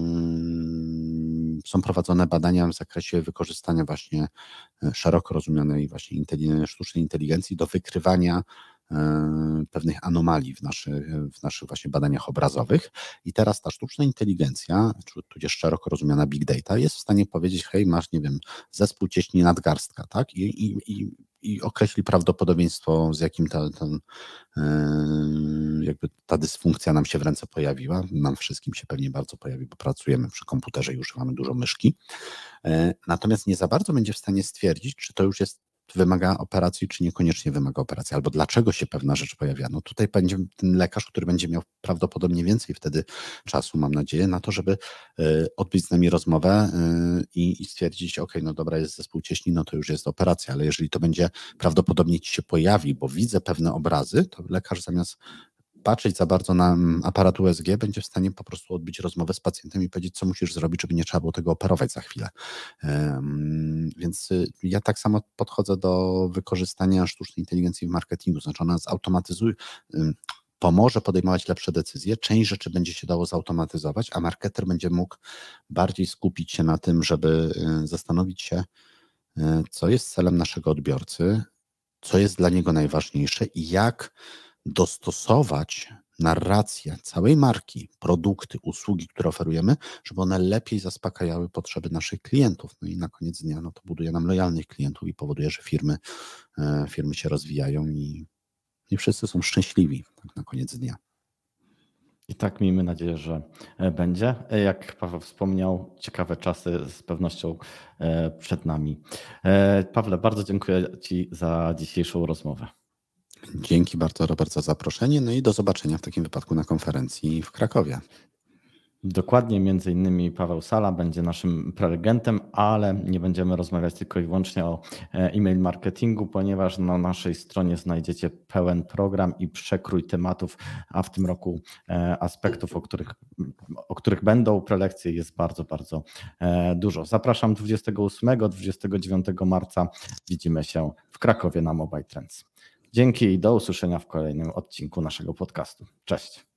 są prowadzone badania w zakresie wykorzystania właśnie szeroko rozumianej właśnie sztucznej inteligencji do wykrywania pewnych anomalii w naszych, w naszych właśnie badaniach obrazowych. I teraz ta sztuczna inteligencja, tudzież szeroko rozumiana big data, jest w stanie powiedzieć, hej, masz, nie wiem, zespół cieśni nadgarstka, tak? I, i, i, i określi prawdopodobieństwo, z jakim ta, ten, jakby ta dysfunkcja nam się w ręce pojawiła. Nam wszystkim się pewnie bardzo pojawi, bo pracujemy przy komputerze i używamy dużo myszki. Natomiast nie za bardzo będzie w stanie stwierdzić, czy to już jest wymaga operacji, czy niekoniecznie wymaga operacji, albo dlaczego się pewna rzecz pojawia. No tutaj będzie ten lekarz, który będzie miał prawdopodobnie więcej wtedy czasu, mam nadzieję, na to, żeby odbyć z nami rozmowę i, i stwierdzić, ok, no dobra, jest zespół cieśni, no to już jest operacja, ale jeżeli to będzie prawdopodobnie ci się pojawi, bo widzę pewne obrazy, to lekarz zamiast patrzeć za bardzo na aparat U S G, będzie w stanie po prostu odbyć rozmowę z pacjentem i powiedzieć, co musisz zrobić, żeby nie trzeba było tego operować za chwilę. Um, więc ja tak samo podchodzę do wykorzystania sztucznej inteligencji w marketingu. Znaczy ona zautomatyzuje, um, pomoże podejmować lepsze decyzje, część rzeczy będzie się dało zautomatyzować, a marketer będzie mógł bardziej skupić się na tym, żeby zastanowić się, co jest celem naszego odbiorcy, co jest dla niego najważniejsze i jak dostosować narrację całej marki, produkty, usługi, które oferujemy, żeby one lepiej zaspokajały potrzeby naszych klientów. No i na koniec dnia no to buduje nam lojalnych klientów i powoduje, że firmy, firmy się rozwijają i, i wszyscy są szczęśliwi tak na koniec dnia. I tak miejmy nadzieję, że będzie. Jak Paweł wspomniał, ciekawe czasy z pewnością przed nami. Pawle, bardzo dziękuję Ci za dzisiejszą rozmowę. Dzięki bardzo, Robert, za zaproszenie. No i do zobaczenia w takim wypadku na konferencji w Krakowie. Dokładnie, między innymi Paweł Sala będzie naszym prelegentem, ale nie będziemy rozmawiać tylko i wyłącznie o e-mail marketingu, ponieważ na naszej stronie znajdziecie pełen program i przekrój tematów, a w tym roku aspektów, o których, o których będą prelekcje, jest bardzo, bardzo dużo. Zapraszam dwudziestego ósmego do dwudziestego dziewiątego marca. Widzimy się w Krakowie na Mobile Trends. Dzięki i do usłyszenia w kolejnym odcinku naszego podcastu. Cześć.